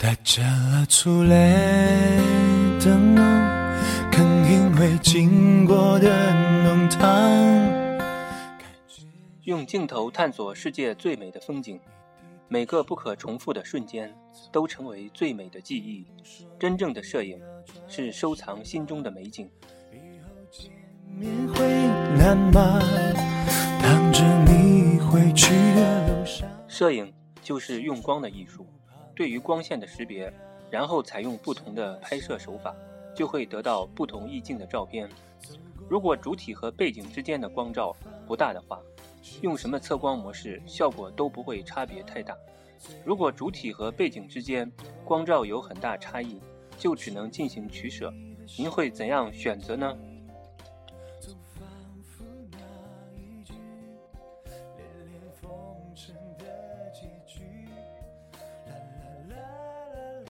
大家出来等我，看因为经过的弄堂。 用镜头探索世界最美的风景，每个不可重复的瞬间都成为最美的记忆。真正的摄影是收藏心中的美景。摄影就是用光的艺术，对于光线的识别，然后采用不同的拍摄手法，就会得到不同意境的照片。如果主体和背景之间的光照不大的话，用什么测光模式效果都不会差别太大。如果主体和背景之间光照有很大差异，就只能进行取舍。您会怎样选择呢？